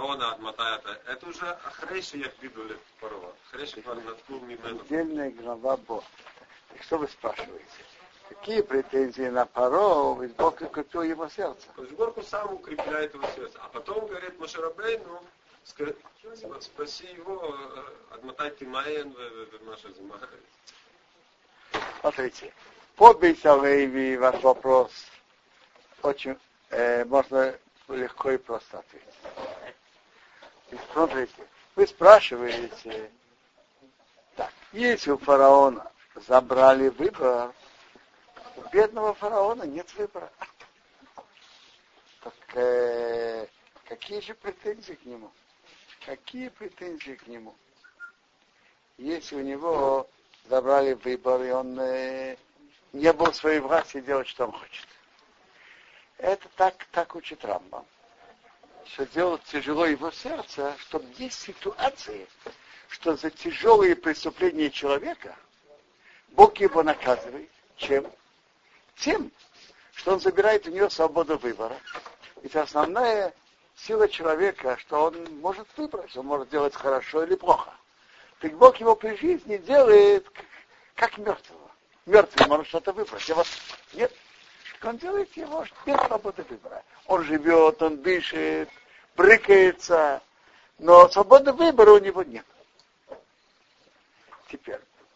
фараона отмотает. Это уже ахрейши я виду лет парова. Ахрейши парнатку мимену. Отдельная глава Бог. Что вы спрашиваете? Какие претензии на Паро, ведь Бог укрепил его сердце. То есть Бог сам укрепляет его сердце. А потом говорит Моше Рабейну, спроси его, отмотай ты Майен в нашу зиму. Смотрите, по Бейт-Алеви ваш вопрос очень можно легко и просто ответить. Смотрите, вы спрашиваете, так, если у фараона забрали выбор, у бедного фараона нет выбора. Так какие же претензии к нему? Какие претензии к нему? Если у него забрали выбор, и он не был в своей власти делать, что он хочет. Это так учит Рамбам. Что делать тяжело его сердце, чтобы есть ситуации, что за тяжелые преступления человека Бог его наказывает. Чем? Тем, что он забирает у него свободу выбора. Ведь основная сила человека, что он может выбрать, он может делать хорошо или плохо. Так Бог его при жизни делает как мертвого. Мертвый может что-то выбрать, а вот нет. Он делает его без свободы выбора. Он живет, он дышит, брыкается, но свободы выбора у него нет. Теперь,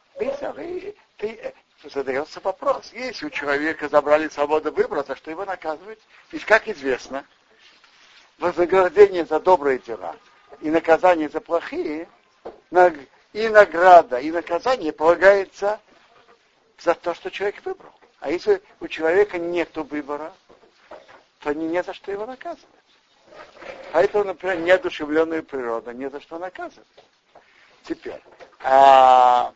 задается вопрос, если у человека забрали свободу выбора, за что его наказывать? Ведь, как известно, вознаграждение за добрые дела и наказание за плохие, и награда, и наказание полагается за то, что человек выбрал. А если у человека нет выбора, то не за что его наказывать. Поэтому, например, неодушевленную природу не за что наказывать. Теперь, так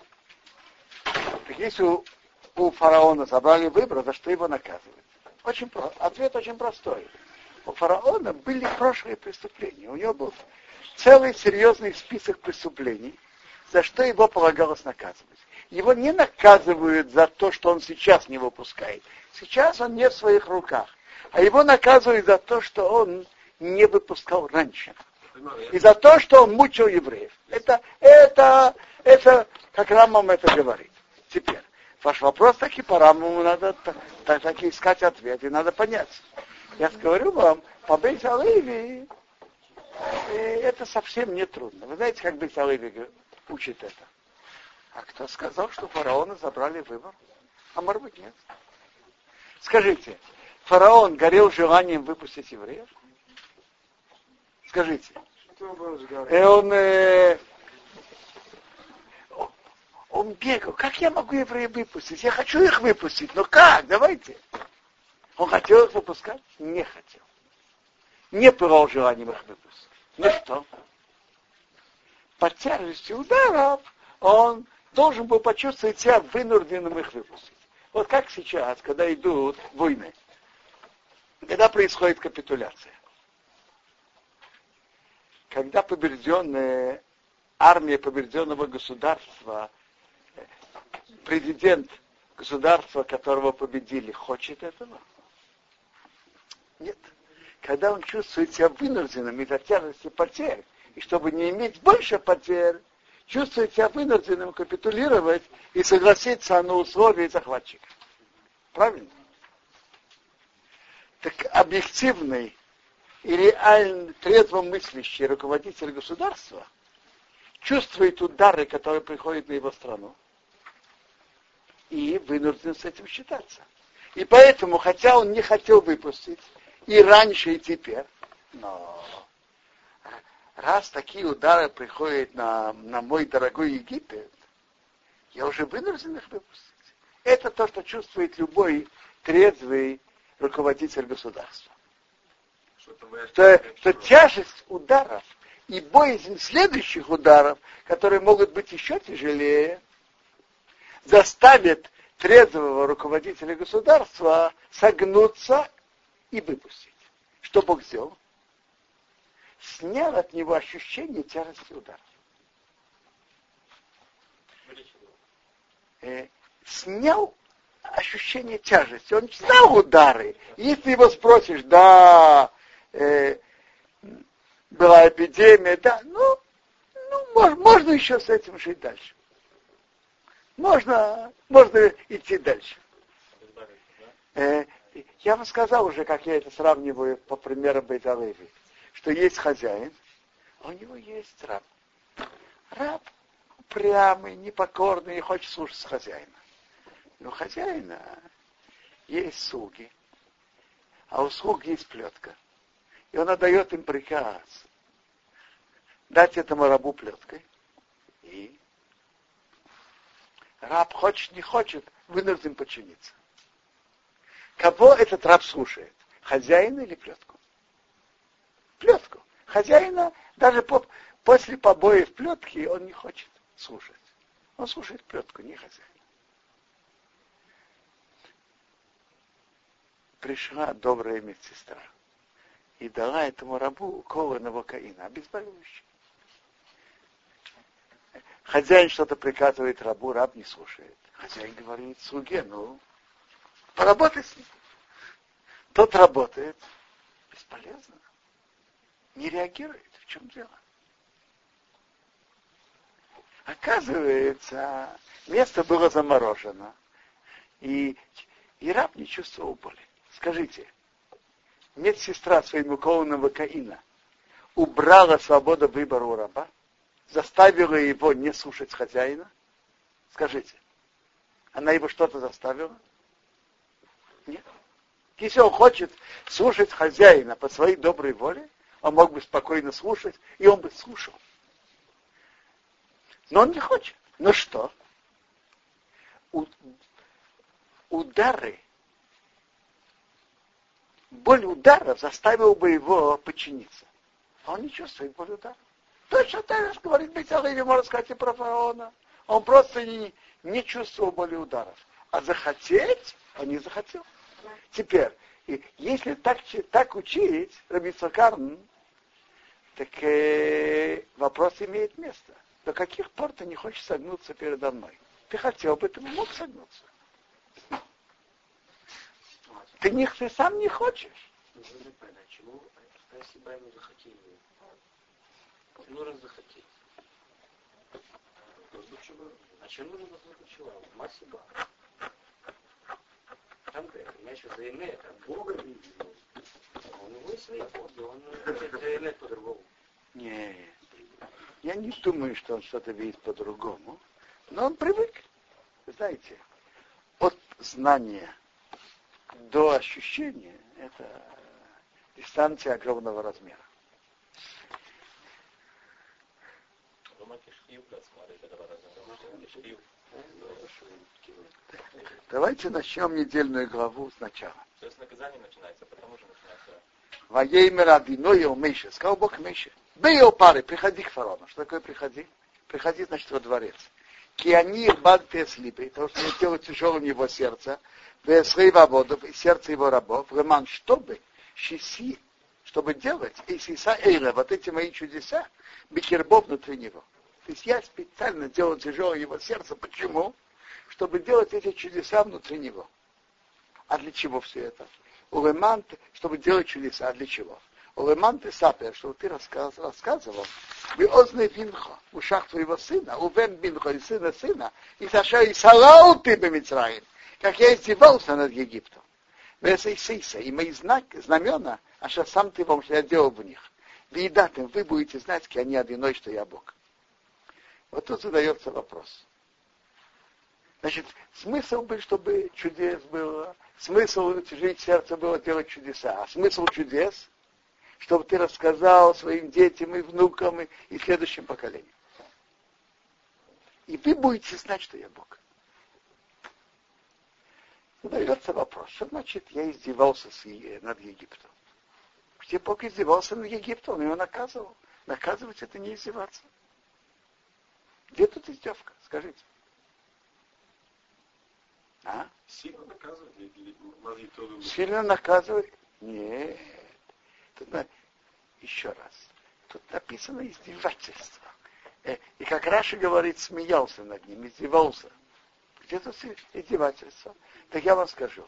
если у фараона забрали выбор, за что его наказывать? Ответ очень простой. У фараона были прошлые преступления. У него был целый серьезный список преступлений, за что его полагалось наказывать. Его не наказывают за то, что он сейчас не выпускает. Сейчас он не в своих руках. А его наказывают за то, что он не выпускал раньше. И за то, что он мучил евреев. Это как Рамбам это говорит. Теперь, ваш вопрос таки по Рамбаму надо таки искать ответ, и надо понять. Я говорю вам, по Бейт-Алеви это совсем не трудно. Вы знаете, как Бейт-Алеви учит это? А кто сказал, что фараона забрали выбор? А может быть нет. Скажите, фараон горел желанием выпустить евреев? Скажите. Он бегал. Как я могу евреев выпустить? Я хочу их выпустить. Но как? Давайте. Он хотел их выпускать? Не хотел. Не пылал желанием их выпустить. Ну что? Под тяжестью ударов он должен был почувствовать себя вынужденным их выпустить. Вот как сейчас, когда идут войны, когда происходит капитуляция. Когда армия побежденного государства, президент государства, которого победили, хочет этого? Нет. Когда он чувствует себя вынужденным из-за тяжести потерь, и чтобы не иметь больше потерь, чувствует себя вынужденным капитулировать и согласиться на условия захватчика. Правильно? Так объективный и реально трезво мыслящий руководитель государства чувствует удары, которые приходят на его страну, и вынужден с этим считаться. И поэтому, хотя он не хотел выпустить, и раньше, и теперь, но раз такие удары приходят на мой дорогой Египет, я уже вынужден их выпустить. Это то, что чувствует любой трезвый руководитель государства. Что тяжесть ударов и боязнь следующих ударов, которые могут быть еще тяжелее, заставит трезвого руководителя государства согнуться и выпустить. Что Бог сделал? Снял от него ощущение тяжести удара. Снял ощущение тяжести. Он знал удары. Если его спросишь, была эпидемия, да, можно еще с этим жить дальше. Можно идти дальше. Я вам сказал уже, как я это сравниваю по примеру Бейт-Алеви, что есть хозяин, а у него есть раб. Раб упрямый, непокорный, не хочет слушаться хозяина. Но у хозяина есть слуги, а у слуг есть плетка. И он отдает им приказ дать этому рабу плеткой. И раб хочет, не хочет, вынужден подчиниться. Кого этот раб слушает? Хозяина или плетку? Плетку. Хозяина даже после побоев плетки он не хочет слушать. Он слушает плетку, не хозяина. Пришла добрая медсестра и дала этому рабу уколы новокаина, обезболивающий. Хозяин что-то приказывает рабу, раб не слушает. Хозяин говорит слуге, поработай с ним. Тот работает, бесполезно, не реагирует. В чем дело? Оказывается, место было заморожено, и раб не чувствовал боли. Скажите, медсестра своим уколом новокаина убрала свободу выбора у раба, заставила его не слушать хозяина? Скажите, она его что-то заставила? Нет. Если он хочет слушать хозяина по своей доброй воле, он мог бы спокойно слушать, и он бы слушал. Но он не хочет. Ну что? Удары, боль ударов заставила бы его подчиниться. А он не чувствует боль ударов. Точно так же говорит Бейт-Алеви, можно сказать, и про фараона. Он просто не чувствовал боли ударов. А захотеть, он не захотел. Теперь, если так учить, Раби Цакарн, так вопрос имеет место. До каких пор ты не хочешь согнуться передо мной? Ты хотел бы, ты мог согнуться. Ты сам не хочешь. Чему, спасибо ему захотели? Ну, раз захотеть. А чем нужно захотела? Спасибо. Там, понимаешь, за Эмет, от Бога видел. У него есть свои ходы, он говорит за Эмет по-другому. Нет. Я не думаю, что он что-то видит по-другому. Но он привык. Вы знаете, от знания до ощущения это дистанция огромного размера. Давайте начнем недельную главу сначала. То есть наказание начинается, потом уже начинается. Ваеймер Адиноя у Мейши. Сказал Бог Мейши. Бей пары, приходи к фараону. Что такое приходи? Приходи, значит, во дворец. Киани бадте слипы, потому что я делаю тяжелым его сердце, в водов и сердце его рабов, реман, чтобы щиси, чтобы делать, и сиса эйла, вот эти мои чудеса, бикербов внутри него. То есть я специально делал тяжелое его сердце. Почему? Чтобы делать эти чудеса внутри него. А для чего все это? Улеманты, чтобы делать чудеса. А для чего? Улеманты сапер, чтобы ты рассказывал, биозный винхо, в ушах твоего сына, увен бинхо и сына, и саша и салау ты бы Мицраим, как я издевался над Египтом. И мои знамена, а что сам ты вам, что я делал в них. Видатым, вы будете знать, что они одиной, что я Бог. Вот тут задается вопрос. Значит, смысл был, чтобы чудес было, смысл жить сердце было делать чудеса, а смысл чудес, чтобы ты рассказал своим детям и внукам и следующим поколениям. И вы будете знать, что я Бог. Задается вопрос, что значит я издевался над Египтом? Где Бог издевался над Египтом, он его наказывал. Наказывать это не издеваться. Где тут издевка? Скажите. А? Сильно наказывать или Сильно наказывать? Нет. Тут еще раз. Тут написано издевательство. И как Раши говорит, смеялся над ним, издевался. Где тут издевательство? Так я вам скажу.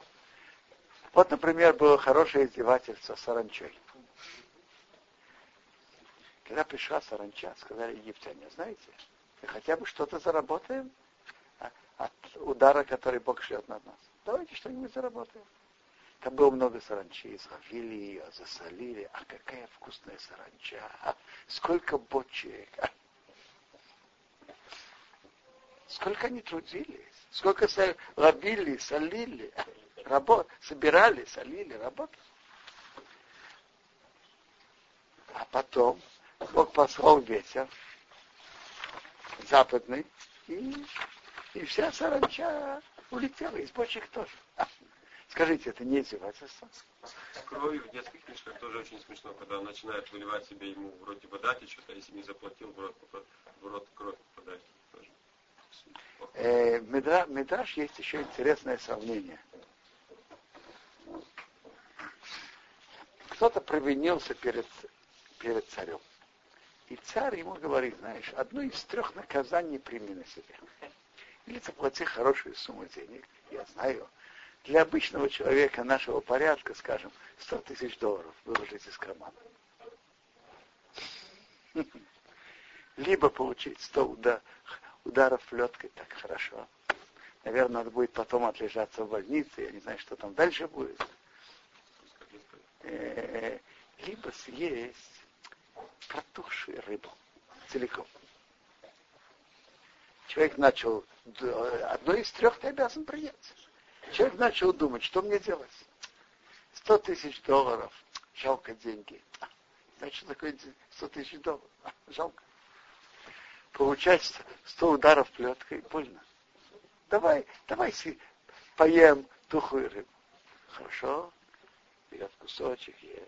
Вот, например, было хорошее издевательство с саранчой. Когда пришла саранча, сказали египтяне, знаете, хотя бы что-то заработаем от удара, который Бог шлет над нас. Давайте что-нибудь заработаем. Там было много саранчи, изловили ее, засолили. А какая вкусная саранча! Сколько бочек! Сколько они трудились! Сколько ловили, солили, собирали, солили, работали. А потом Бог послал ветер западный, и вся саранча улетела, из бочек тоже. Скажите, это не издевательство? С кровью в детских книжках тоже очень смешно, когда он начинает выливать себе, ему вроде вода течет, а если не заплатил, в рот кровь попадает. Мидраш есть еще интересное сравнение. Кто-то провинился перед царем. И царь ему говорит, знаешь, одно из 3 наказаний прими на себя. Или заплати хорошую сумму денег, я знаю. Для обычного человека нашего порядка, скажем, $100 000 выложить из кармана. Либо получить 100 ударов плеткой, так хорошо. Наверное, надо будет потом отлежаться в больнице, я не знаю, что там дальше будет. Либо съесть протухшую рыбу целиком. Человек начал, одно из 3 ты обязан принять. Человек начал думать, что мне делать? $100 000, жалко деньги. Знаете, что такое $100 000? Жалко. Получать 100 ударов плеткой больно. Давай поем тухлую рыбу. Хорошо, берет кусочек, ест.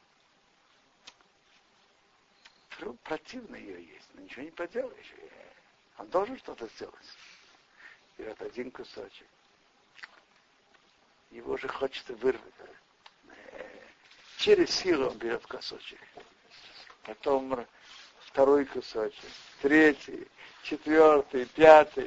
Противно ее есть, но ничего не поделаешь. Он должен что-то сделать. Берет 1 кусочек. Его уже хочется вырвать. Через силу он берет кусочек. Потом 2 кусочек, 3, 4, 5.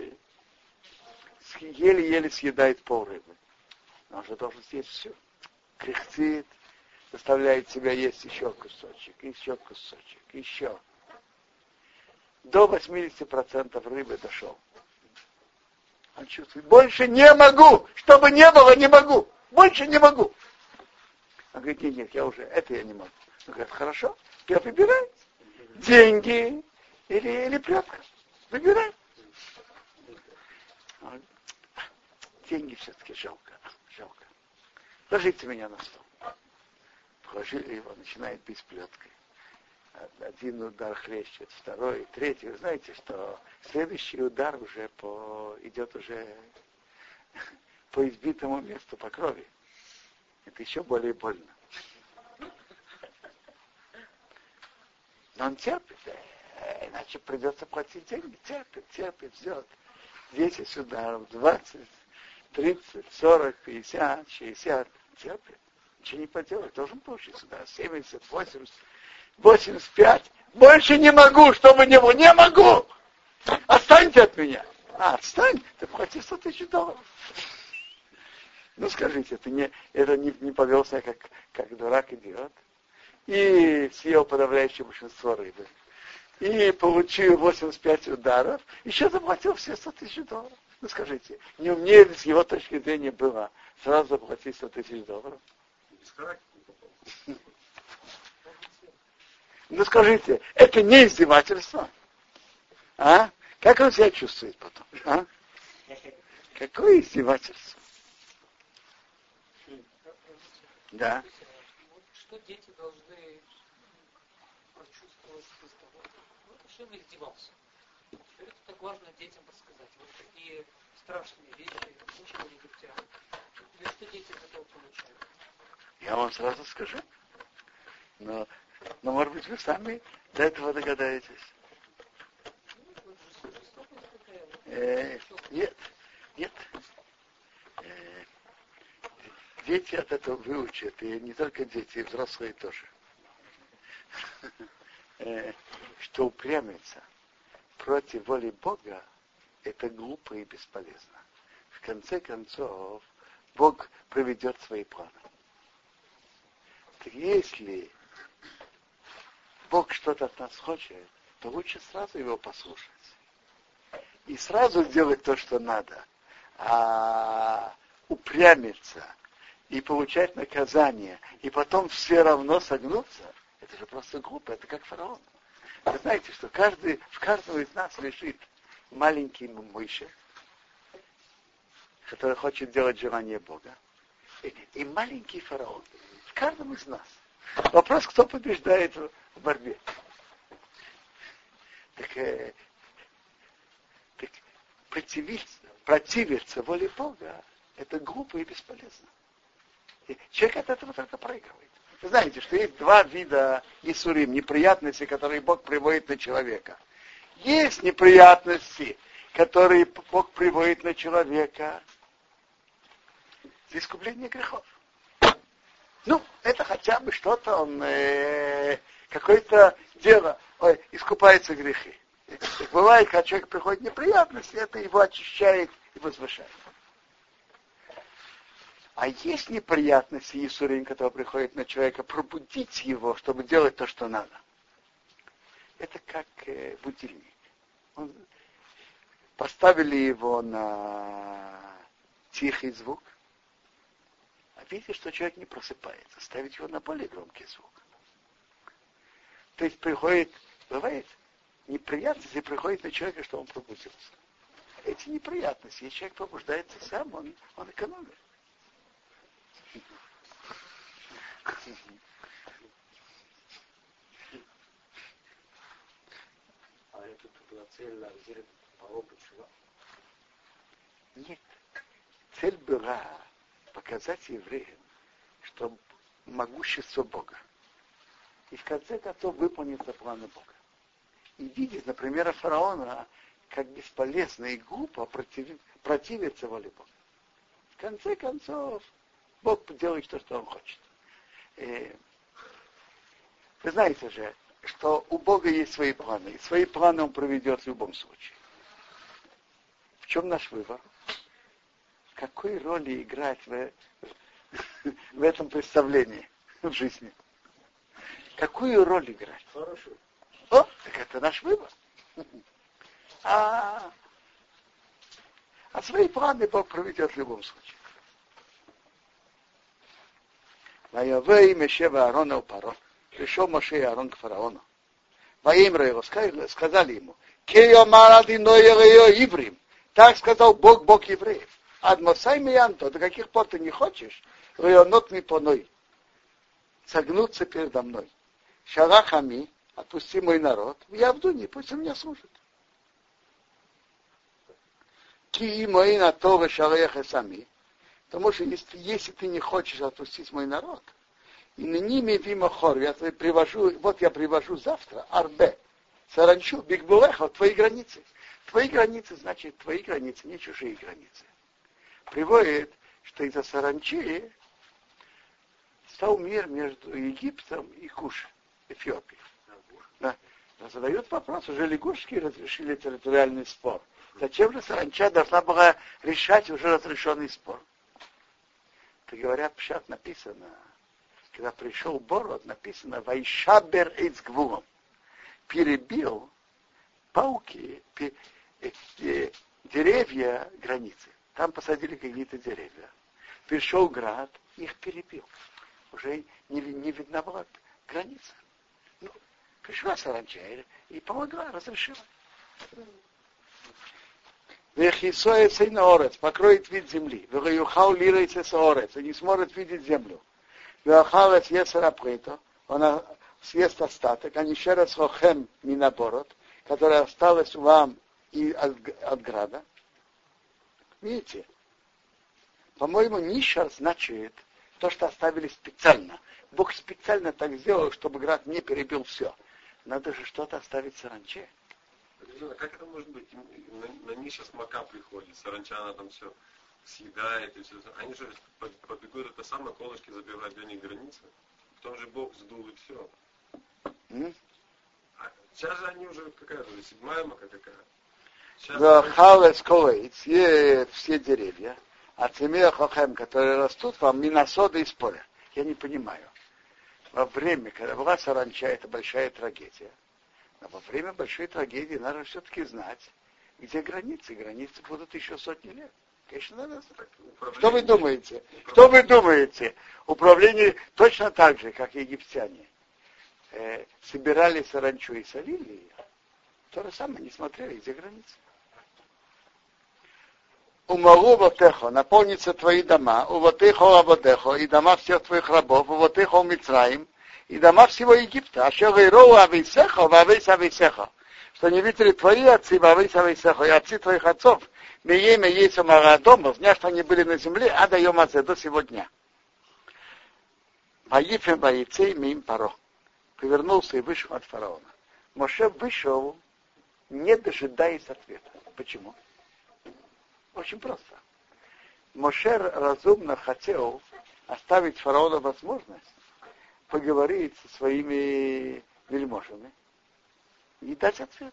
Еле-еле съедает пол-рыбы. Но он же должен съесть все. Кряхтит, заставляет себя есть еще кусочек, еще. До 80% рыбы дошел. Он чувствует, больше не могу, чтобы не было, не могу, больше не могу. Он говорит, нет, это я не могу. Он говорит, хорошо, я выбираю. Деньги или плетка. Выбирай. Деньги все-таки жалко. Ложите меня на стол. Положили его, начинает бить плеткой. 1 удар хлещет, 2, 3. Вы знаете, что следующий удар уже идет уже по избитому месту, по крови. Это еще более больно. Но он терпит, иначе придется платить деньги. Терпит, ждет. 10 ударов, 20, 30, 40, 50, 60. Терпит. Ничего не поделать. Должен получить удар. 70, 80, 85. Больше не могу, чтобы не было. Не могу! Отстаньте от меня. Отстань, ты плати $100 000. Ну скажите, это не повел себя как дурак идиот. И съел подавляющее большинство рыбы. И получил 85 ударов, еще заплатил все $100 000. Ну скажите, не умнее ли с его точки зрения было сразу заплатить $100 000? Ну скажите, это не издевательство? А? Как он себя чувствует потом? А? Какое издевательство? Да. Что дети должны прочувствовать из того, что он издевался? Это так важно детям подсказать. Вот такие страшные вещи учили египтян. И что дети из этого получают? Я вам сразу скажу. Но может быть, вы сами до этого догадаетесь. Нет. Дети от этого выучат, и не только дети, и взрослые тоже. Что упрямиться против воли Бога, это глупо и бесполезно. В конце концов, Бог проведет свои планы. Так если Бог что-то от нас хочет, то лучше сразу его послушать. И сразу сделать то, что надо. А упрямиться и получать наказание, и потом все равно согнуться, это же просто глупо, это как фараон. Вы знаете, что в каждого из нас лежит маленький мышь, который хочет делать желание Бога. И маленький фараон. В каждом из нас. Вопрос, кто побеждает в борьбе. Так противиться воле Бога, это глупо и бесполезно. И человек от этого только проигрывает. Вы знаете, что есть два вида исурим, неприятностей, которые Бог приводит на человека. Есть неприятности, которые Бог приводит на человека за искупление грехов. Ну, это хотя бы что-то, он какое-то дело, искупаются грехи. Бывает, когда человек приходит неприятности, это его очищает и возвышает. А есть неприятности Иисурим, которые приходят на человека, пробудить его, чтобы делать то, что надо. Это как будильник. Поставили его на тихий звук, а видите, что человек не просыпается. Ставить его на более громкий звук. То есть бывает, неприятности приходят на человека, что он пробудился. Эти неприятности, если человек пробуждается сам, он экономит. А это была цель лазера по опыту? Нет. Цель была показать евреям, что могущество Бога. И в конце концов выполнится планы Бога. И видеть, например, фараона, как бесполезно и глупо противиться воле Бога. В конце концов, Бог делает то, что Он хочет. Вы знаете же, что у Бога есть свои планы, и свои планы Он проведет в любом случае. В чем наш выбор? Какой роли играть в этом представлении в жизни? Какую роль играть? Хорошо. Так это наш выбор. А свои планы Бог проведет в любом случае. Ваявей Мешева Аарона у Паро. Пришел Моше и Аарон к фараону. Ваимра его сказали ему: Иврим. Так сказал Бог, Бог евреев. Адмосай миянто, до каких пор ты не хочешь? Районот ми поной. Согнуться передо мной. Шарахами, отпусти мой народ. Я в Дуне, пусть он меня служит. Ки мои на то вы шареха сами. Потому что если ты не хочешь отпустить мой народ, и на ними вимахор, я привожу завтра, арбе, саранчу, бигбулеха, твои границы. Твои границы, значит, твои границы, не чужие границы. Приводит, что из-за саранчи стал мир между Египтом и Куш, Эфиопией. Да. Задают вопрос, уже лягушки разрешили территориальный спор. Зачем же саранча должна была решать уже разрешенный спор? Так говорят, пшат написано, когда пришел Бород, написано «Вайшабер эйц гвулом». Перебил пауки, деревья границы. Там посадили какие-то деревья. Пришел град, их перебил. Уже не видна была граница. Ну, пришла саранча и помогла, разрешила. Вехисоется на орец, покроет вид земли. Вехаюхау лирается с орец, и не сможет видеть землю. Вехалец есарапрето, она съест остаток, а не еще раз хохем не наоборот, которая осталась вам и от града. Видите? По-моему, нишар значит то, что оставили специально. Бог специально так сделал, чтобы град не перебил все. Надо же что-то оставить саранче. Как это может быть? На ниша смока приходит, саранча она там все съедает и все. Они же побегут это самое, колышки забивают для них границы. Потом же Бог сдул и все. А сейчас же они уже какая-то, 7-я мака какая. Халес колейц, все деревья, а цемея хохем, которые растут вам, минасода и споря. Я не понимаю. во время, когда была саранча, это большая трагедия. Но во время большой трагедии надо все-таки знать, где границы. Границы будут еще сотни лет. Конечно, надо знать. Что вы думаете? Что вы думаете? Управление точно так же, как и египтяне. Собирали саранчу и солили ее. То же самое, не смотрели, где границы. Умалу вотехо, наполнится твои дома, у вотехо аводехо, и дома всех твоих рабов, у вотехо Мицраим, и дома всего Египта, а шерейроу авейсехо, вавейс авейсехо, что не видели твои отцы, вавейс авейсехо, и отцы твоих отцов, мееме ейсу марадома, дня, что они были на земле, а до йомазе, до сего дня. Ваифем ваицей мим паро. Повернулся и вышел от фараона. Моше вышел, не дожидаясь ответа. Почему? Очень просто. Моше разумно хотел оставить фараону возможность поговорить со своими вельможами и дать ответ.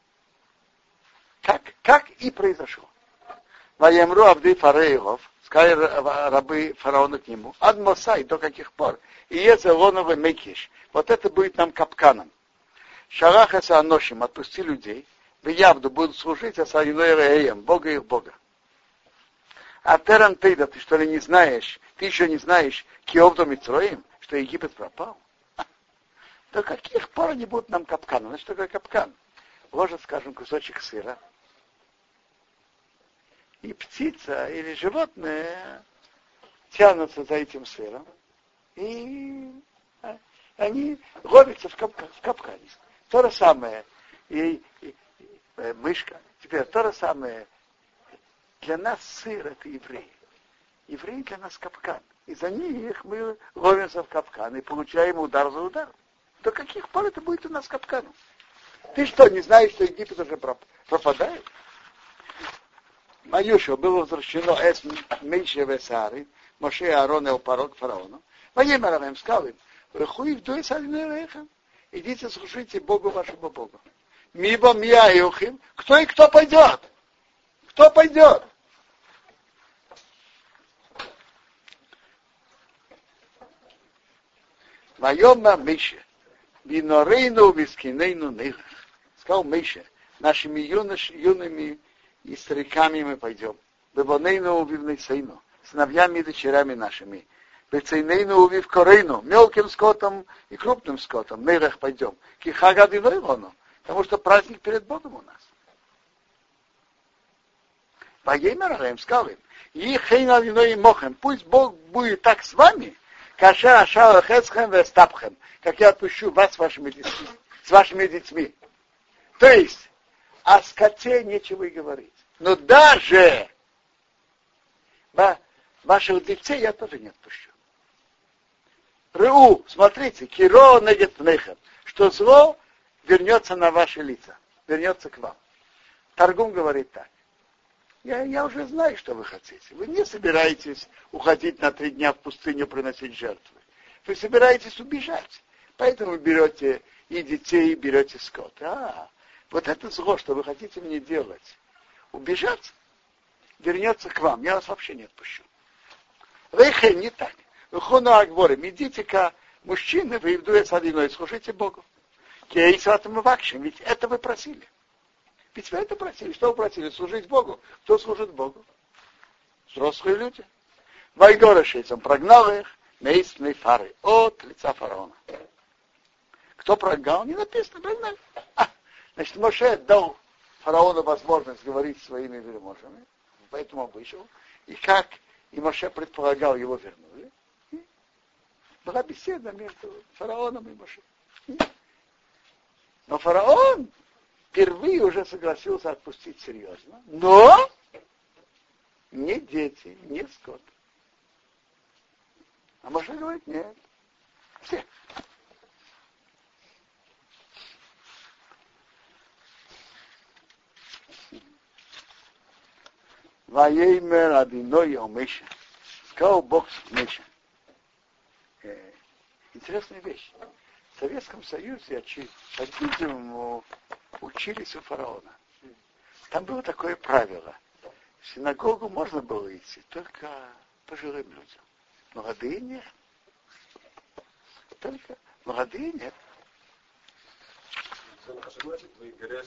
Как и произошло. Ваемру Авды Фареев, сказали рабы фараона к нему, ад Мосай, до каких пор? И Езелоновый Мекиш. Вот это будет нам капканом. Шарахаса Аношим, отпусти людей, в Явду будут служить Асаиноэреем, Бога их Бога. А Теран Тейда, ты что ли не знаешь, ты еще не знаешь, Киовду Мицроим, что Египет пропал? До каких пор они будут нам капканом? Значит, что такое капкан? Ложат, скажем, кусочек сыра, и птица или животное тянутся за этим сыром, и они ловятся в капкане. То же самое и мышка. Теперь то же самое. Для нас сыр — это евреи. Евреи для нас капкан. И за них мы ловимся в капкан и получаем удар за удар. До каких пор это будет у нас капканом? Ты что, не знаешь, что Египет уже пропадает? Маюшо было возвращено эс меньше весары, Моше и Аарон и порог фараону. Воемер им сказал им, хуй дуй сальнерехам, идите слушайте Богу вашему Богу. Мибо мияюхим, кто и кто пойдет? Кто пойдет? Воема Мише, винорейну вискинейну нейрах. Сказал Мише, нашими юными и стариками мы пойдем. Бебонейну увивной сейну, сыновьями и дочерями нашими. Бецейнейну увив корейну, мелким скотом и крупным скотом. Нейрах пойдем. Кихагады нойрону, потому что праздник перед Богом у нас. Воемер им сказал им, и хейна виной мохем, пусть Бог будет так с вами, каша ашала хесхем вестапхем, как я отпущу вас с вашими детьми. То есть, о скоте нечего и говорить. Но даже ваших детей я тоже не отпущу. Рыу, смотрите, киро негет нехем, что зло вернется на ваши лица, вернется к вам. Таргум говорит так. Я уже знаю, что вы хотите. Вы не собираетесь уходить на 3 дня в пустыню приносить жертвы. Вы собираетесь убежать. Поэтому берете и детей, и берете скот. Вот это зло, что вы хотите мне делать. Убежать вернется к вам. Я вас вообще не отпущу. Рейхе не так. Выхону Агворим, идите-ка, мужчины, вы вдуя с одиной, служите Богу. Ведь это вы просили. Ведь вы это просили. Что вы просили? Служить Богу. Кто служит Богу? Взрослые люди. Вайгорошейцем прогнал их, мейстные фары от лица фараона. Кто прогнал? Не написано, прогнали. Значит, Моше дал фараону возможность говорить с своими вельможами. Поэтому он вышел. И как и Моше предполагал, его вернули. И была беседа между фараоном и Моше. Но фараон впервые уже согласился отпустить серьезно, но не дети, не скот. А Моше говорит, нет. Все. Ваеймер Адиной Омеша. Сказал Бог Меша. Интересная вещь. В Советском Союзе, по-видимому, учились у фараона. Там было такое правило. В синагогу можно было идти только пожилым людям. Молодые нет. только молодые нет. А что значит вы говоришь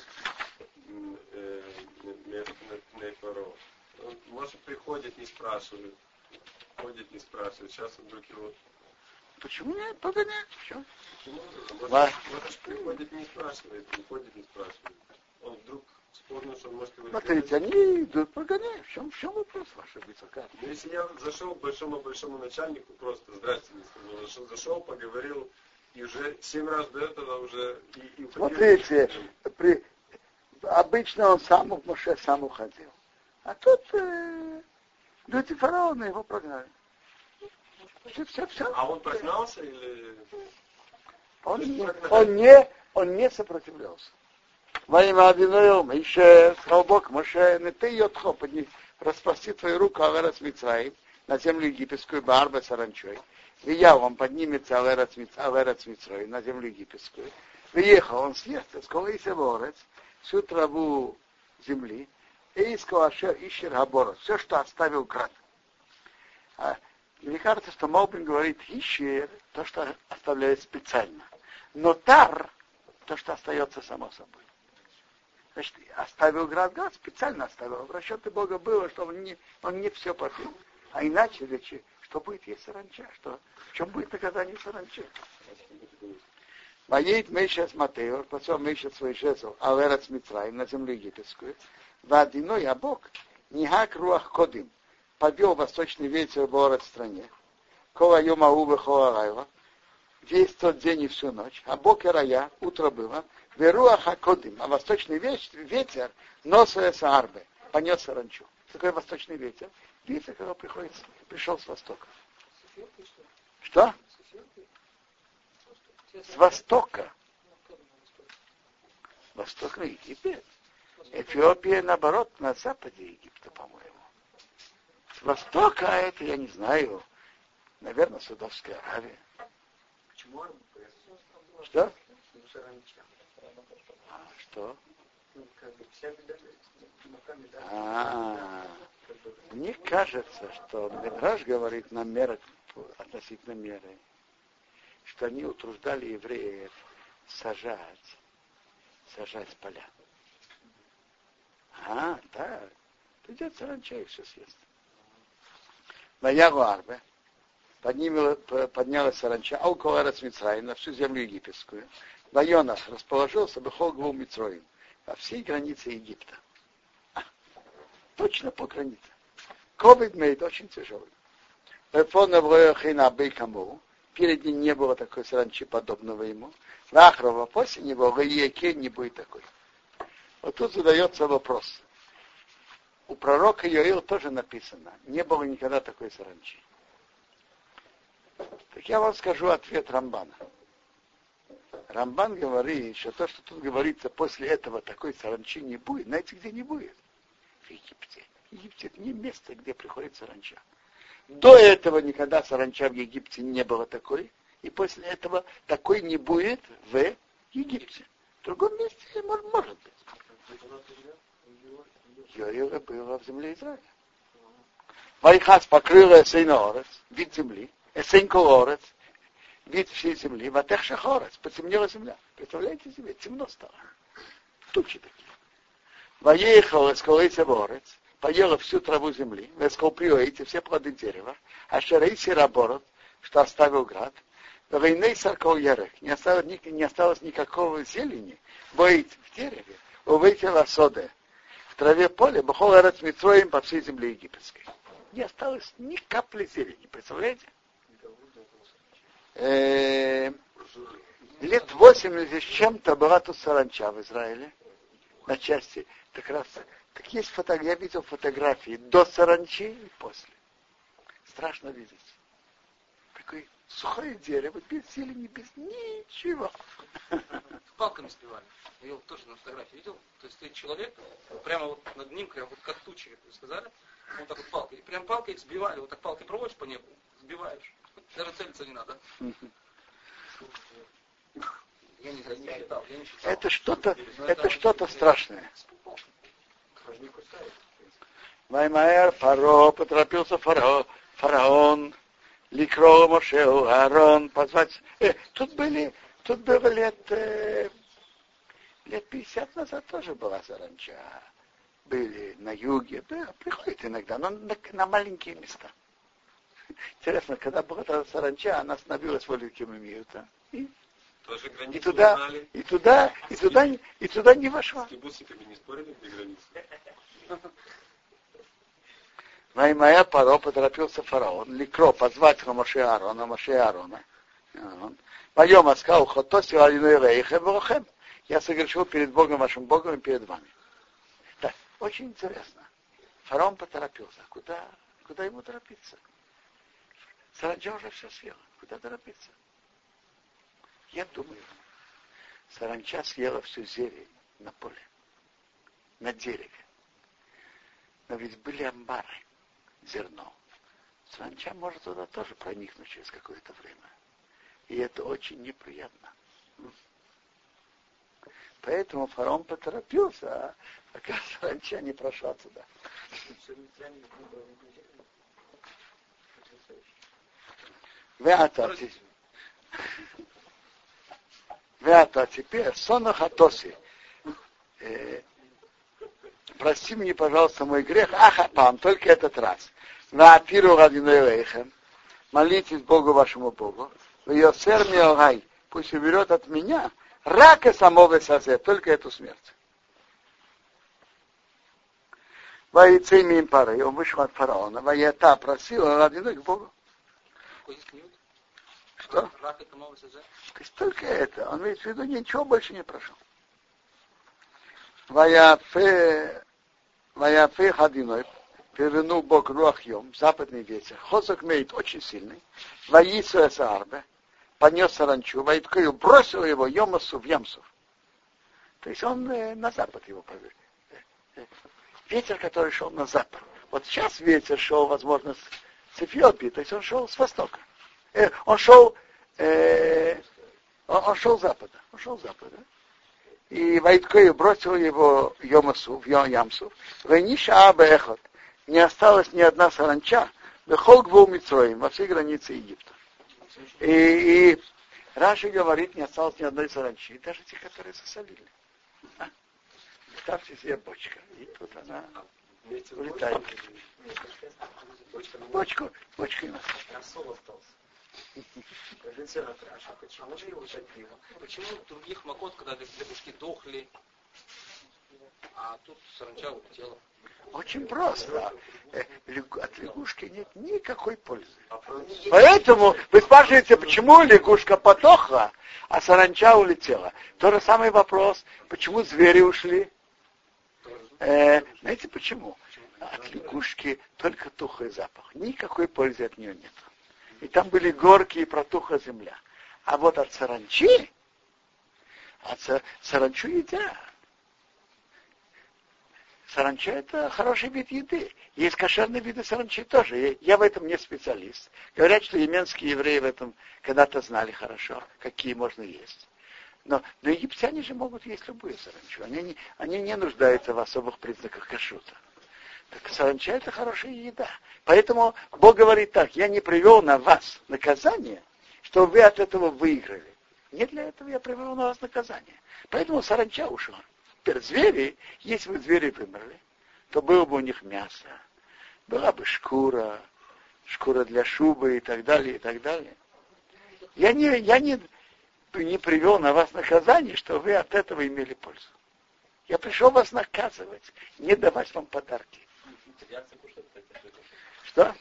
на фараон? Он, может, приходит, не спрашивает. Ходит, не спрашивает. Сейчас он вдруг его... Почему нет? Погоняй. Все. Может, приходит, не спрашивает. Приходит, не спрашивает. Он вдруг вспомнил, что он может его... Смотрите, они идут, погоняй. В чем вопрос ваша высока? Ну, если я зашел к большому начальнику, просто здрасте, не сказал, зашел, поговорил, и уже 7 раз до этого уже... И смотрите, обычно он сам, Моше сам уходил. А тут люди фараона его прогнали. Все. А он прогнался или... Он не сопротивлялся. Во имя Адиноем, еще, сказал Бог, Моше, не ты ее подни, распрости твою руку, Алерец Мицраим, на землю египетскую, Баарбе саранчой. Виял, он поднимется, Алерец Мицраим, на землю египетскую. Въехал, он съест, сколыся ворец, всю траву земли, и искал Ашер Ишер Габорот, все, что оставил град. Мне кажется, что Малбин говорит Ишер, то, что оставляет специально. Но Тар, то, что остается само собой. Значит, оставил град, специально оставил. В расчете Бога было, что он не все попил. А иначе, что будет, есть саранча? В чем будет наказание саранчи? Воеет Мейша с Матеор, посол Мейша свой жезл, Алерец Мицраим, на землю египетскую. Вадиной, а Бог, Нигак Руах Кодим, повел восточный ветер в ород стране. Кола Йома Уве Хола Райла, весь тот день и всю ночь. А Бог и Рая, утро было, Веруах Акодим, а восточный ветер, Носуя Саарбе, понес саранчу. Такой восточный ветер. Ветер, когда пришел с востока. Что? С востока. Восток на Египет. Эфиопия, наоборот, на западе Египта, по-моему. С востока, это я не знаю. Наверное, Саудовская Аравия. Почему? Что? Что? Мне кажется, что Медраш говорит на мерах, относительно меры, что они утруждали евреев сажать поля. Так. Придет саранча и все съест. Ваягу Арбе поднялась саранча, Алкоэрец Мицраим, на всю землю египетскую. Вайонах расположился Бехолгву Мицраим, во всей границе Египта. Точно по границе. Ковид мейд очень тяжелый. Перед ним не было такой саранчи, подобного ему. Вахрова после него в Иеке не будет такой. Вот тут задается вопрос. У пророка Йоил тоже написано, не было никогда такой саранчи. Так я вам скажу ответ Рамбана. Рамбан говорит, что то, что тут говорится, после этого такой саранчи не будет. Знаете, где не будет? В Египте. Египет это не место, где приходит саранча. До этого никогда саранча в Египте не было такой. И после этого такой не будет в Египте. В другом месте может быть. Йоила было в земле Израиля. Вайхас покрыла Эсейноорец, вид земли, Эсейнкоорец, вид всей земли, Ватех Шахорец, потемнела земля. Представляете себе, темно стало. Тучи такие. Воехал Эсколейся Борец, поела всю траву земли, Эсколприоэйте, все плоды дерева, а Шерейси Раборот, что оставил град, Вейней Саркол Ярек, не осталось никакого зелени, боит в дереве, увейтила соде, в траве поле, Бахол Эрец Мицраим по всей земле египетской. Не осталось ни капли зелени, представляете? Лет 80 с чем-то была тут саранча в Израиле, на части. Так есть я видел фотографии до саранчи и после. Страшно видеть. Такое сухое дерево, без зелени, без ничего. Палками сбивали. Я его тоже на фотографии видел. То есть стоит человек, прямо вот над ним, прям вот как тучи, как вы сказали, вот так вот палкой. И прям палкой их сбивали, вот так палкой проводишь по небу, сбиваешь. Даже целиться не надо. Я не считал. Это что-то страшное. Ваймаэр Фаро, поторопился фараон, Ликро Мошеу Аарон, позвать. Тут было лет 50 назад тоже была саранча. Были на юге, приходит иногда, но на маленькие места. Интересно, когда была эта саранча, она становилась великим миром. Тоже И туда не вошла. С кибуциками не спорили, где границы? Моя паро поторопился фараон, ликро, позвать Моше Аарона. Моем сказал, хотоси алиной рейхем рохем. Я согрешил перед Богом, вашим Богом и перед вами. Так, очень интересно. Фараон поторопился. Куда ему торопиться? Саранча уже все съела. Куда торопиться? Я думаю, саранча съела всю зелень на поле, на дереве. Но ведь были амбары, зерно. Саранча может туда тоже проникнуть через какое-то время. И это очень неприятно. Поэтому фараон поторопился, пока саранча не прошла туда. Вята, теперь сонахатоси. Прости мне, пожалуйста, мой грех. Ахапам, только этот раз. На апиру радинуэлэйхэм. Молитесь Богу вашему Богу. Йосер миогай. Пусть уберет от меня рака самого сазе, только эту смерть. Воицей мим пары. И он вышел от фараона. Ваята просила радинуэль к Богу. Что? То есть только это. Он имеет в виду, ничего больше не прошел. Ваяфе хадиной, перевернул Бог руахьем, западный ветер. Хозак меет очень сильный. Ваису эсаарбе, понес саранчу, вайткою бросил его Йомасу в Ямсов. То есть он на запад его повел. Ветер, который шел на запад. Вот сейчас ветер шел, возможно, с Эфиопии, то есть он шел с востока. Он шел запада. И Вайткою бросил его Йомасу, в Ямсу. Вайниша Аба Эхот. Не осталось ни одна саранча. Вехолк был Мицроим, во всей границе Египта. И Раши говорит, не осталось ни одной саранчи, даже те, которые засолили. Представьте себе бочка. И тут она улетает. Бочку не осталось. Почему в других макот, когда лягушки дохли, а тут саранча улетела? Очень просто. От лягушки нет никакой пользы. Поэтому вы спрашиваете, почему лягушка подохла, а саранча улетела. Тот же самый вопрос, почему звери ушли. Знаете почему? От лягушки только тухлый запах. Никакой пользы от нее нет. И там были горки и протухла земля. А вот от саранчи, саранчу едят. Саранча — это хороший вид еды. Есть кошерные виды саранчи тоже. Я в этом не специалист. Говорят, что йеменские евреи в этом когда-то знали хорошо, какие можно есть. Но египтяне же могут есть любую саранчу. Они не нуждаются в особых признаках кашрута. Так саранча — это хорошая еда. Поэтому Бог говорит так: я не привел на вас наказание, чтобы вы от этого выиграли. Не для этого я привел на вас наказание. Поэтому саранча ушла. Теперь звери, если бы звери вымерли, то было бы у них мясо, была бы шкура для шубы и так далее, и так далее. Я не привел на вас наказание, что вы от этого имели пользу. Я пришел вас наказывать, не давать вам подарки. Что?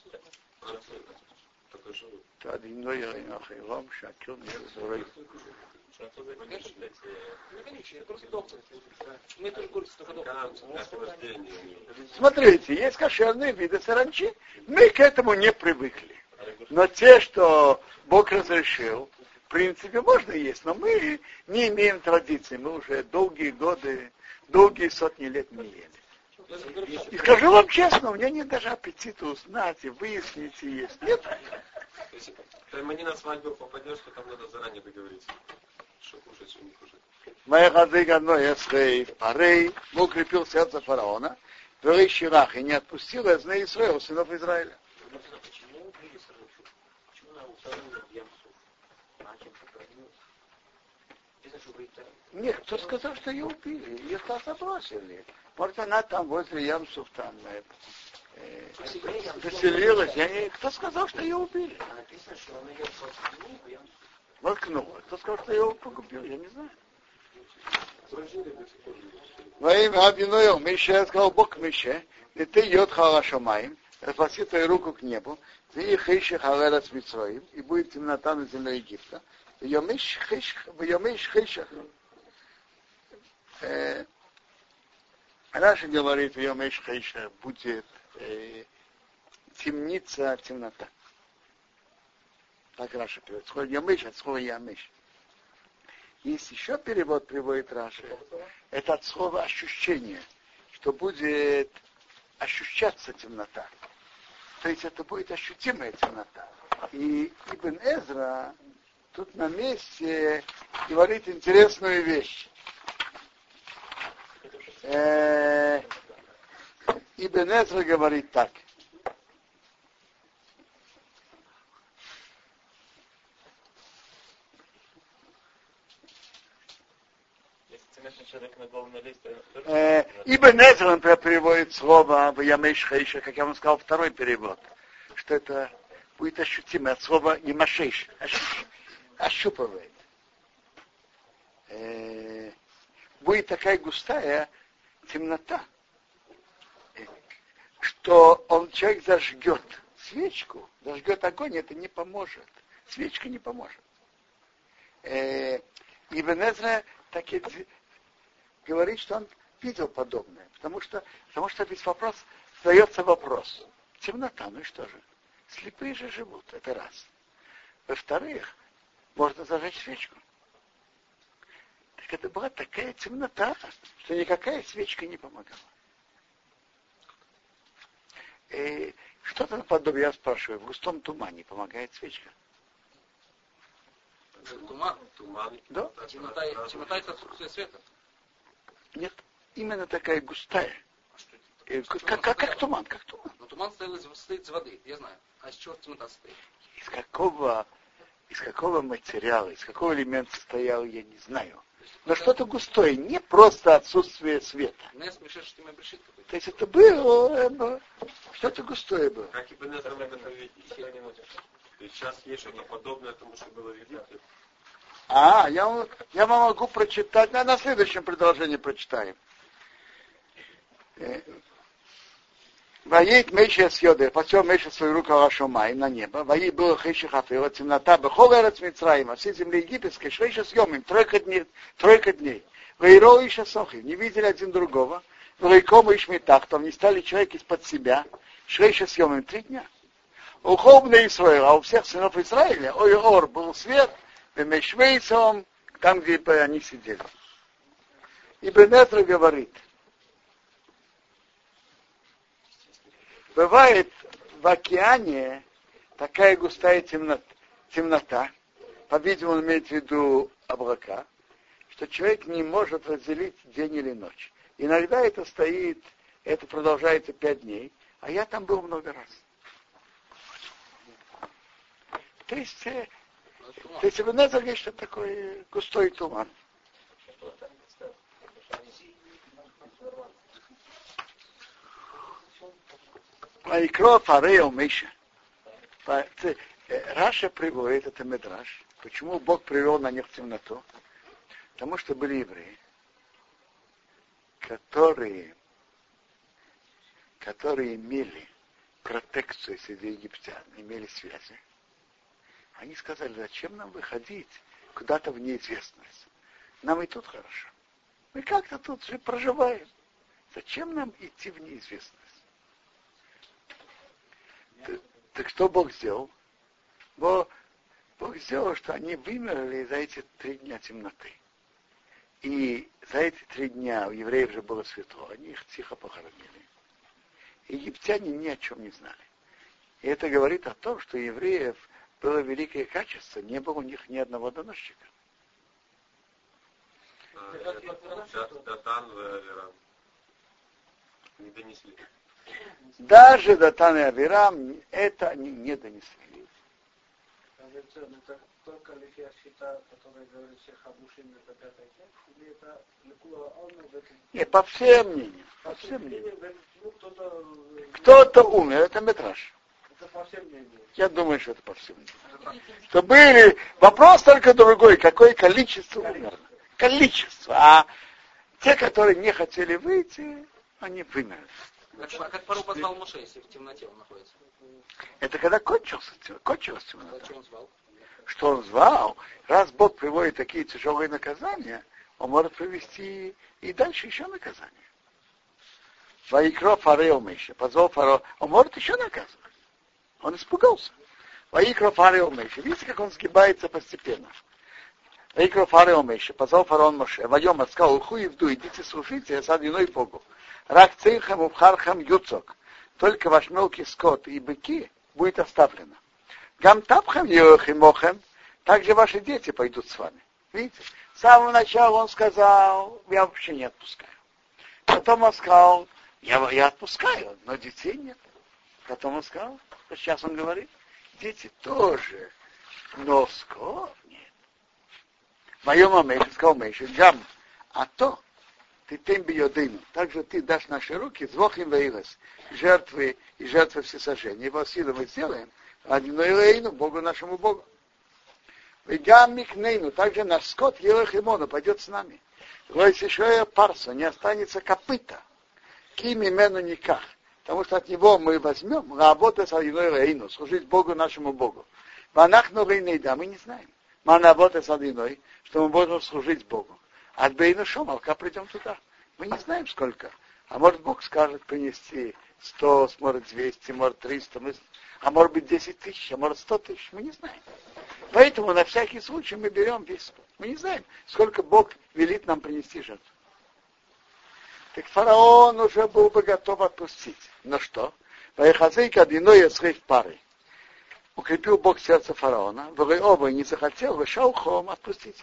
Смотрите, есть кошерные виды саранчи. Мы к этому не привыкли. Но те, что Бог разрешил, в принципе, можно есть. Но мы не имеем традиции. Мы уже долгие сотни лет не ели. И скажу вам честно, у меня нет даже аппетита узнать и выяснить и есть. Нет. Если ты на свадьбу попадешь, то там надо заранее договориться, что кушать, что не кушать. Моя хазыга Ноэсхей Парей укрепил сердце фараона, Верей Ширах, и не отпустил из Израиля, сынов Израиля. Нет, кто сказал, что ее убили? Ее забросили. Может, она там возле Ямсов там заселилась. Кто сказал, что ее убили? Написано, что он ее воткнул. Воткнула. Кто сказал, что ее погубил? Я не знаю. Во имя Абинуэл Мише, сказал Бог Мише, и ты йод халашамаем, распусти твою руку к небу, ты их ищешь халера с Мицроим, и будет темнота на земле Египта. Йомиш хишах. Раша говорит, Йомиш хишах будет темница, темнота. Так Раша переводит. Слово Йомиш от слова Ямиш. Есть еще перевод приводит Раши. Это от слова ощущение, что будет ощущаться темнота. То есть это будет ощутимая темнота. И Ибн Эзра тут на месте говорит интересную вещь. Ибн Эзра говорит так. Ибн Эзра, например, переводит слово в Ямеш Хейша, как я вам сказал, второй перевод, что это будет ощутимо от слова Ямашейш, ощупывает. Будет такая густая темнота, что человек зажгет свечку, зажгет огонь, это не поможет. Свечка не поможет. Ибн Эзра таки говорит, что он видел подобное, потому что весь вопрос задается вопрос. Темнота, ну и что же? Слепые же живут, это раз. Во-вторых, можно зажечь свечку. Так это была такая темнота, что никакая свечка не помогала. И что-то наподобие, я спрашиваю, в густом тумане помогает свечка? Туман. Да? Темнота это отсутствие света. Нет, именно такая густая. Как туман. Но туман состоит из воды, я знаю. А из чего темнота состоит? Из какого материала, из какого элемента состоял, я не знаю. Но что-то густое, не просто отсутствие света. То есть это было что-то густое было. Как Ибн Эзра об этом видит. То есть сейчас есть что-то подобное тому, что было в Египте. Я вам могу прочитать, на следующем предложении прочитаем. Воит Мейша с Йоды, посел Мейша свою руку Алашомай на небо, воит было Хейша Хафила, темнота, Бехол Эрец Мицраима, все земли египетской, Швейша с Йомим, тройка дней. Вейрол Иша Сохи, не видели один другого, Вейкому Ишмитах, там не стали человек из-под себя, Швейша с Йомим 3 дня. У Хобна Исраила, а у всех сынов Израиля, Ор был свет, Мешвейцом, там, где они сидели. Ибн Эзра говорит, бывает в океане такая густая темнота, по-видимому, имеет в виду облака, что человек не может разделить день или ночь. Иногда это продолжается 5 дней, а я там был много раз. То есть Ибн Эзра говорит, что такой густой туман. Айкро Фарео Миша. Раша приводит, это Медраш. Почему Бог привел на них темноту? Потому что были евреи, которые имели протекцию среди египтян, имели связи. Они сказали, зачем нам выходить куда-то в неизвестность? Нам и тут хорошо. Мы как-то тут же проживаем. Зачем нам идти в неизвестность? Так что Бог сделал? Бог сделал, что они вымерли за эти 3 дня темноты. И за эти 3 дня у евреев же было светло. Они их тихо похоронили. Египтяне ни о чем не знали. И это говорит о том, что у евреев было великое качество, не было у них ни одного доносчика. Датан и Авирам не донесли. Даже Датан и Авирам это они не донесли. Авиационный, это только лифия счета, который говорит всех Абушим, это пятая часть, или это Лекула Ална в этом? Нет, по всем мнениям. По всем мнениям. Ну, Кто-то умер, это метраж. это по всем мнениям. Я думаю, что это по всем мнениям. Что были... Вопрос только другой, какое количество умерло. Количество. А те, которые не хотели выйти, они вымерли. Как Паро позвал Моше, если в темноте он находится? Это когда кончилась темнота. Что он звал? Что он звал? Раз Бог приводит такие тяжелые наказания, он может привести и дальше еще наказание. Ваикро Фарео Мейша. Позвал Фараон. Он может еще наказывать. Он испугался. Ваикро Фарео Мейша. Видите, как он сгибается постепенно. Ваикро Фарео Мейша. Позвал фараон Моше. Вайом сказал, хуевду, идите слушайте, я сад иной Богу. Рак цейхам убхархам юцок. Только ваш мелкий скот и быки будет оставлено. Гам тапхам йохимохем. Также ваши дети пойдут с вами. Видите? С самого начала он сказал, я вообще не отпускаю. Потом он сказал, я отпускаю, но детей нет. Потом он сказал, что сейчас он говорит, дети тоже, но скот нет. Моем Мейше сказал Мейше, Гам, а то ты тем биодыну, также ты дашь наши руки, звохим веилес, жертвы и жертвы всесожжения. Его силы мы сделаем, одиной лейну, Богу нашему Богу. Гам микнейну, также наш скот Елохимону пойдет с нами. Лойсишоя парса, не останется копыта. Кими мену никак. Потому что от него мы возьмем работу с одиной лейну, служить Богу нашему Богу. Ванахну рейнейда, мы не знаем. Манабота с одиной, что мы можем служить Богу. От Бейну Шомалка придем туда. Мы не знаем сколько. А может Бог скажет принести 100, может 200, может 300, а может быть 10 тысяч, а может 100 тысяч. Мы не знаем. Поэтому на всякий случай мы берем весь. Мы не знаем, сколько Бог велит нам принести жертву. Так фараон уже был бы готов отпустить. Но что? Ваехазейка одиной схейв пары. Укрепил Бог сердце фараона. Вы оба не захотел, вышел хом отпустить.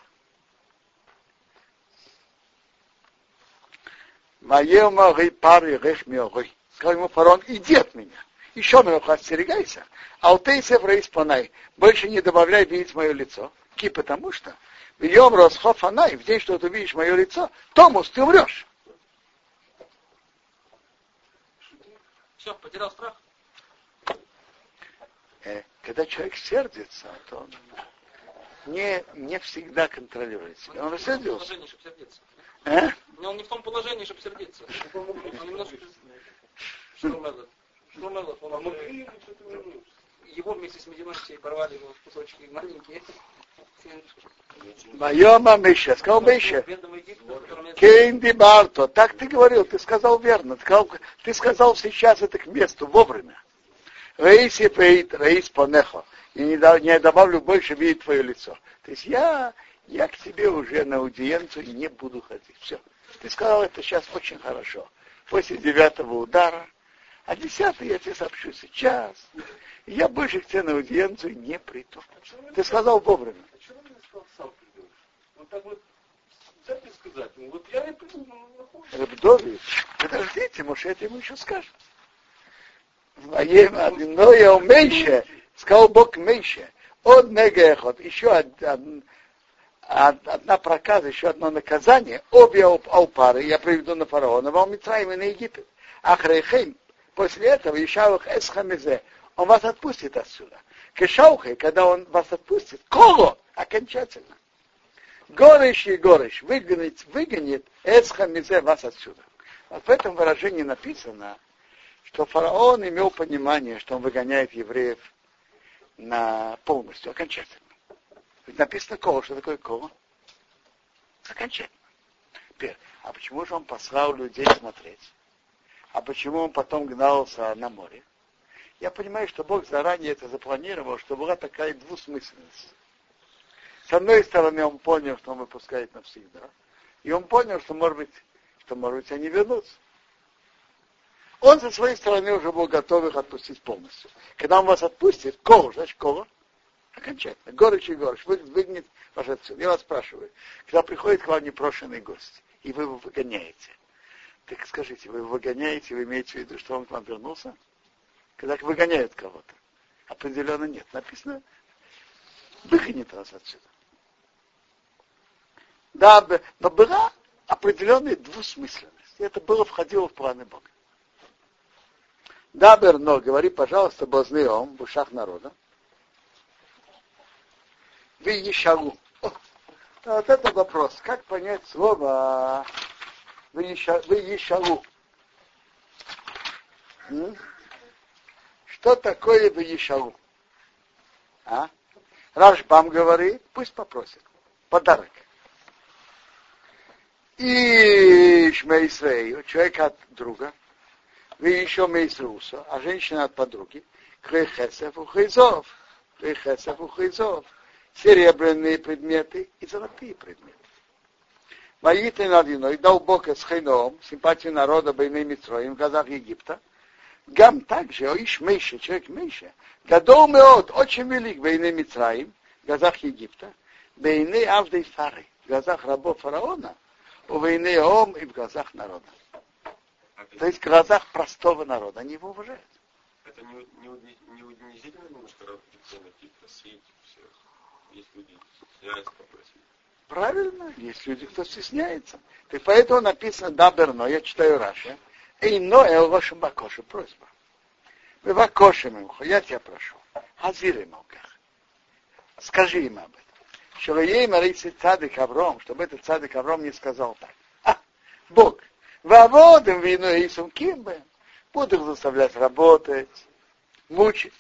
Маема гей пары гех миогой. Сказал ему фараон, иди от меня. Еще меня остерегайся. Алтейсев рейс панай. Больше не добавляй видеть мое лицо. Потому что в Йом Росхоф Анай, в день, что ты увидишь мое лицо, Томус, ты умрешь. Все, потерял страх? Когда человек сердится, то он не всегда контролирует себя. Он рассердился. Он не в том положении, чтобы сердиться. Он немножко... Шломелов, он его вместе с Мединочей порвали его в кусочки маленькие. Майома Миша, сказал Миша. Кейнди Барто, так ты говорил, ты сказал верно. Ты сказал сейчас это к месту, вовремя. Рейс и пейт, рейс понехо. И не добавлю больше видеть твое лицо. То есть я к тебе уже на аудиенцию не буду ходить. Все. Ты сказал это сейчас очень хорошо. После 9-го удара. А 10-й я тебе сообщу сейчас. И я больше к тебе на аудиенцию не приду. Ты сказал вовремя. А что он мне сказал, сам придешь? Он так вот взять и сказать. Ну вот я не приду, но Рабдови, подождите, может, это ему еще скажет. Воем одиное уменьше, сказал Бог меньше. От негехот, еще одна проказа, еще одно наказание. Обе алпары, я приведу на фараона, в Мицраим и на Египет. Ахрейхейм, после этого Ишаух Эсхамезе, он вас отпустит отсюда. Кешаухе, когда он вас отпустит, коло, окончательно. Горыш и горыш, выгонит Эсхамезе вас отсюда. Вот в этом выражении написано, что фараон имел понимание, что он выгоняет евреев на полностью, окончательно. Ведь написано коло, что такое коло? Окончательно. Теперь, а почему же он послал людей смотреть? А почему он потом гнался на море? Я понимаю, что Бог заранее это запланировал, что была такая двусмысленность. С одной стороны, он понял, что он выпускает навсегда. И он понял, что может быть, они вернутся. Он со своей стороны уже был готов их отпустить полностью. Когда он вас отпустит, коло, значит коло, окончательно. Горыч и горыч, выгнет вас отсюда. Я вас спрашиваю, когда приходит к вам непрошенный гость, и вы его выгоняете, так скажите, вы его выгоняете, вы имеете в виду, что он к вам вернулся? Когда выгоняют кого-то. Определенно нет. Написано, выгонит нас отсюда. Да, но была определенная двусмысленность. Это входило в планы Бога. Да, Берно, говори, пожалуйста, Бозныом в ушах народа. Вы ешалу. Вот это вопрос. Как понять слово вы ешалу? Что такое вы ешалу? Рашбам говорит, пусть попросит. Подарок. И Шмейсрей, человек от друга. Вы еще Мейсруса, а женщина от подруги. Крехесев ухайзов. Крехесев ухайзов. Серебряные предметы и золотые предметы. Моите над иной, дал Бог с Хайном, симпатию народа Бейней Митроим в глазах Египта. Гам также, Оиш Мейше, человек Мейше, Гадол Меот, очень велик Бейней Митроим в глазах Египта, Бейней Авдей Фары, в глазах рабов фараона, у Бейней Ом и в глазах народа. То есть в глазах простого народа, они его уважают. Это не унизительно немножко просить всех? Есть люди, стесняются попросить. Правильно, есть люди, кто стесняется. Так поэтому написано Даберно, я читаю Раши. Эйно эл вашим бакошу, просьба. Вы бакошем им, я тебя прошу. Хазир им алках. Скажи им об этом. Что ей марийся цадык Авром, чтобы этот цадык Авром не сказал так. Бог, ваводом вину и сумкимбе, буду их заставлять работать, мучить.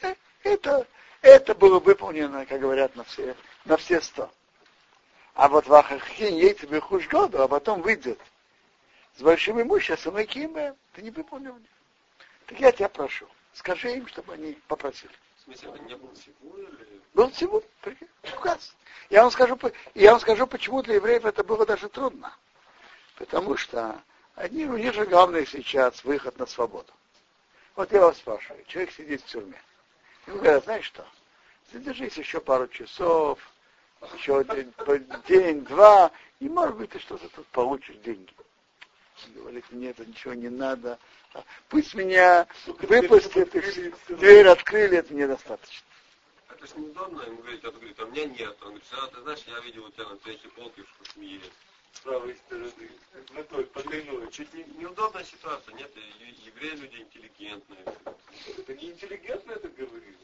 Это было выполнено, как говорят, на все 100. А вот вахахин ей тебе хуш году, а потом выйдет с большим имуществом, и кимбе, ты не выполнил. Так я тебя прошу, скажи им, чтобы они попросили. В смысле, это не был сивур или... Был сивур, указ. Я вам скажу, почему для евреев это было даже трудно. Потому что у них же главное сейчас выход на свободу. Вот я вас спрашиваю, человек сидит в тюрьме. Ему говорят, знаешь что, задержись еще пару часов, еще день, два, и, может быть, ты что-то тут получишь, деньги. Он говорит, нет, ничего не надо. Пусть меня выпустят, дверь открыли, это недостаточно. Это же неудобно, ему говорит, а у меня нет. Он говорит, ты знаешь, я видел у тебя на третьей полке в шкуфе с правой стороны, на той, подвойной. Чуть неудобная ситуация, нет, евреи люди интеллигентные. Это не интеллигентно это говорили?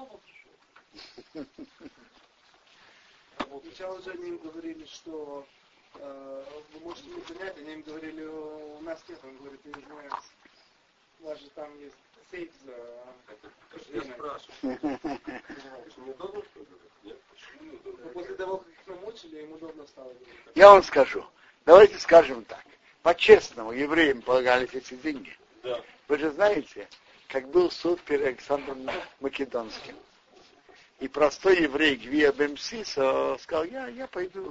Сначала же они им говорили, что вы можете не занять, они им говорили, у нас нет, он говорит, не знаю, у вас же там есть сейф за... Я спрашиваю. Это же неудобно, что ли? Нет? Почему неудобно? Но после того, как их намучили, им удобно стало говорить. Я вам скажу. Давайте скажем так. По-честному, евреям полагались эти деньги. Да. Вы же знаете, как был суд перед Александром Македонским. И простой еврей Гвия Бемсисо сказал, я пойду.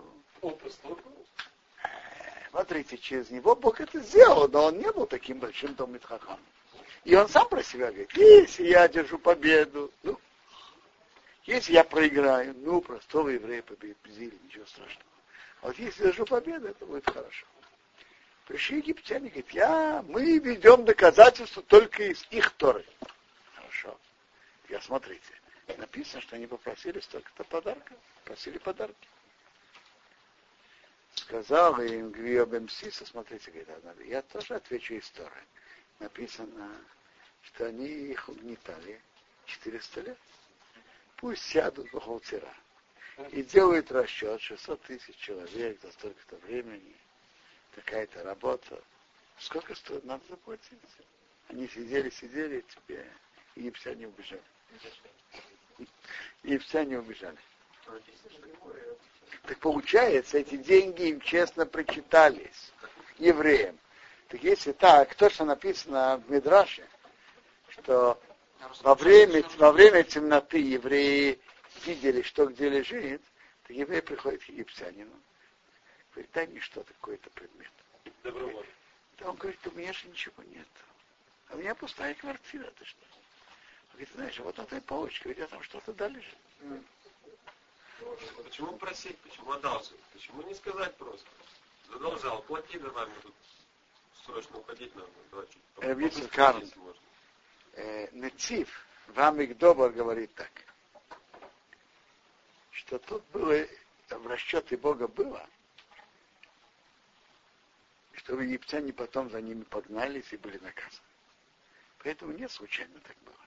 Смотрите, через него Бог это сделал, но он не был таким большим Талмид Хахамом. И он сам про себя говорит, если я держу победу, если я проиграю, простого еврея победили, ничего страшного. А вот если держу победу, это будет хорошо. Пришли египтяне, говорят, мы ведем доказательства только из их Торы. Хорошо. Смотрите, написано, что они попросили столько-то подарков, просили подарки. Сказал им Гвио Бемсиса, смотрите, говорит, я тоже отвечу из Торы. Написано, что они их угнетали 400 лет. Пусть сядут в Халтира и делают расчет 600 тысяч человек за столько-то времени, такая-то работа. Сколько стоит, надо заплатить. Они сидели, тебе египтяне убежали. Египтяне убежали. Так получается, эти деньги им честно прочитались евреям. Так если так, то, что написано в Мидраше, что во время темноты евреи видели, что где лежит, то еврей приходит к египтянину. Говорит, дай мне что-то, какой-то предмет. Добровольно. Да он говорит, у меня же ничего нет. А у меня пустая квартира, ты что? Он говорит, знаешь, вот на той полочке, ведь там что-то дали же. Почему просить, почему одалживать? Почему не сказать просто? Задолжал, плати, давай, мне тут срочно уходить надо. Давай чуть Карл, Нецив, Вамик Добр говорит так, что тут было, в расчете Бога было, чтобы египтяне потом за ними погнались и были наказаны. Поэтому не случайно так было.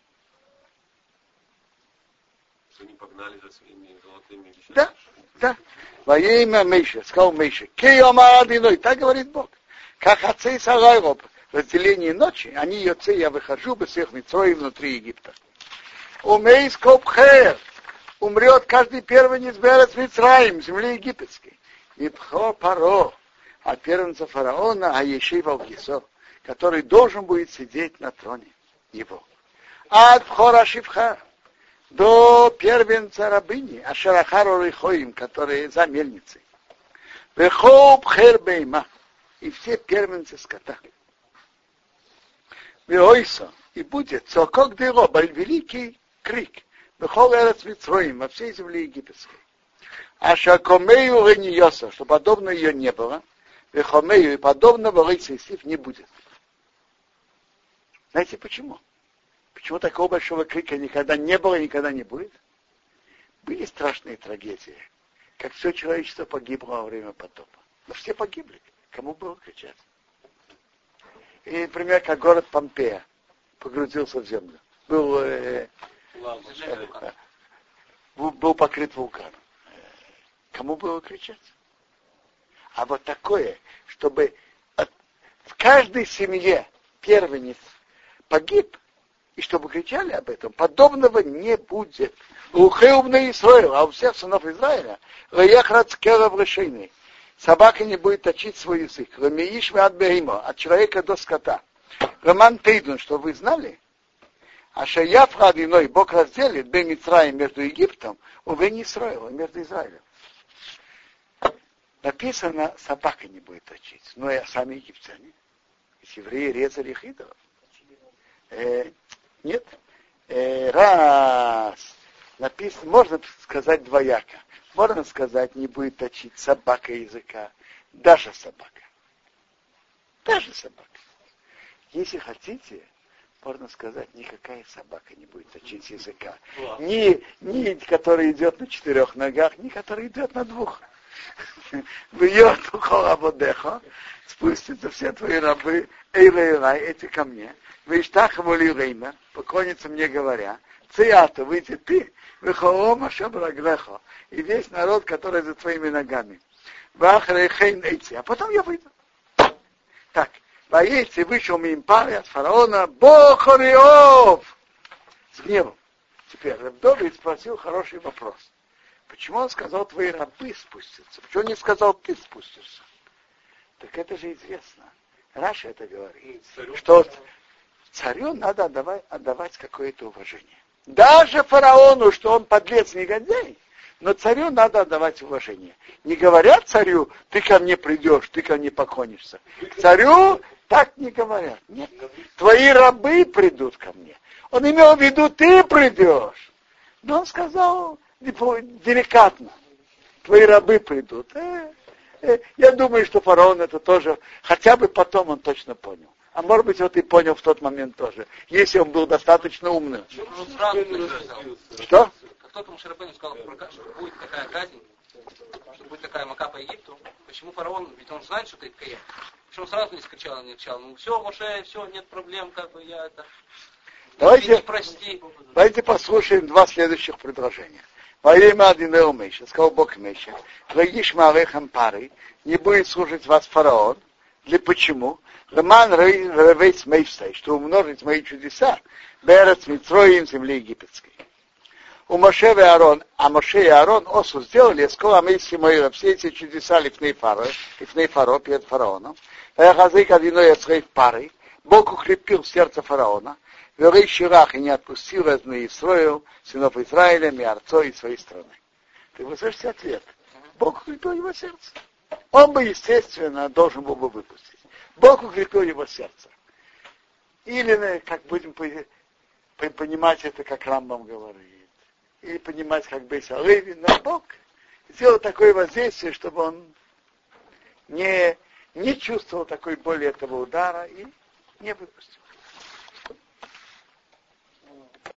Они погнали за своими золотыми вещами. Да, да. Во имя Мейша, сказал Мейша, Киома Адиной, так говорит Бог. Как отцы и Сарайроб в разделении ночи, они йоцы, я выхожу бы всех Митрои внутри Египта. Умей скопхер, умрет каждый первенец Берец Мицраим, земли египетской. И пхо паро, а первенца фараона, а Ешива Алкисо, который должен будет сидеть на троне его. Ад пхора шивха, до первенца рабыни, Ашарахару Рихоим, которые за мельницей. Вехоп хербейма, и все первенцы скота. Веойса, и будет цокок дыроба, великий крик. Вехол эрец Мицроим, во всей земле египетской. Ашакомею реньоса, что подобно ее не было. Вехомею и подобного рыцарств не будет. Знаете почему? Почему такого большого крика никогда не было и никогда не будет? Были страшные трагедии, как все человечество погибло во время потопа. Но все погибли. Кому было кричать? И, например, как город Помпея погрузился в землю. Был покрыт вулканом. Кому было кричать? А вот такое, чтобы в каждой семье первенец погиб, и чтобы кричали об этом, подобного не будет. У Хеубна Исраил, а у всех сынов Израиля, собака не будет точить свой язык. От человека до скота. Роман Тейдун, что вы знали, а Шаяф Радиной, Бог разделит Бен Мицраим между Египтом, у Бен Исраила, между Израилем. Написано, собака не будет точить, но и сами египтяне. Евреи резали их идолов. Нет. Раз. Написано, можно сказать двояко. Можно сказать, не будет точить собака языка. Даже собака. Даже собака. Если хотите, можно сказать, никакая собака не будет точить языка. Ни который идет на 4 ногах, ни который идет на 2. Спустятся все твои рабы, эти ко мне. Поклонятся мне, говоря, Циата, выйди ты, Вехолома Шабраглехо, и весь народ, который за твоими ногами. А потом я выйду. Так, воейцы вышел Мимпари от фараона, Бохориов! С гневом. Теперь Рабдовид спросил хороший вопрос. Почему он сказал, твои рабы спустятся? Почему он не сказал, ты спустишься? Так это же известно. Раша это говорит, что царю надо отдавать какое-то уважение. Даже фараону, что он подлец, негодяй, но царю надо отдавать уважение. Не говорят царю, ты ко мне придешь, ты ко мне поклонишься. Царю так не говорят. Нет. Твои рабы придут ко мне. Он имел в виду, ты придешь. Но он сказал деликатно. Твои рабы придут. Я думаю, что фараон это тоже, хотя бы потом он точно понял. А может быть, вот и понял в тот момент тоже, если он был достаточно умным. Что? Как только Мушарабейну сказал, что будет такая казнь, что будет такая мака по Египту, почему фараон, ведь он знает, что ты Каем. Почему он сразу не скричал, не кричал, ну все, Моше, все, нет проблем, как бы я это... Давайте послушаем 2 следующих предложения. Во имя Адинео Мейша, сказал Бог Мейша, Рагиш Маарехам Пары, не будет служить вас фараон. Для почему? Роман Ревейс Мейштай, что умножить мои чудеса, Берец Мицроим, земли египетской. У Моше и Аарон, а Моше и Аарон осу сделали, скоро Мейси Моира, все эти чудеса лифней фаро, перед фараоном. Язык Адиной Ацрей Пары, Бог укрепил сердце фараона, Верей Ширах и не отпустил разные Исраил, сынов Израиля, и Арцо и своей страны. Ты вы слышите ответ? Бог укрепил его сердце. Он бы, естественно, должен был бы выпустить. Бог укрепил его сердце. Или, как будем понимать это, как Рамбам говорит, или понимать, как Бейс Алеви, но Бог сделал такое воздействие, чтобы он не чувствовал такой боли этого удара и не выпустил.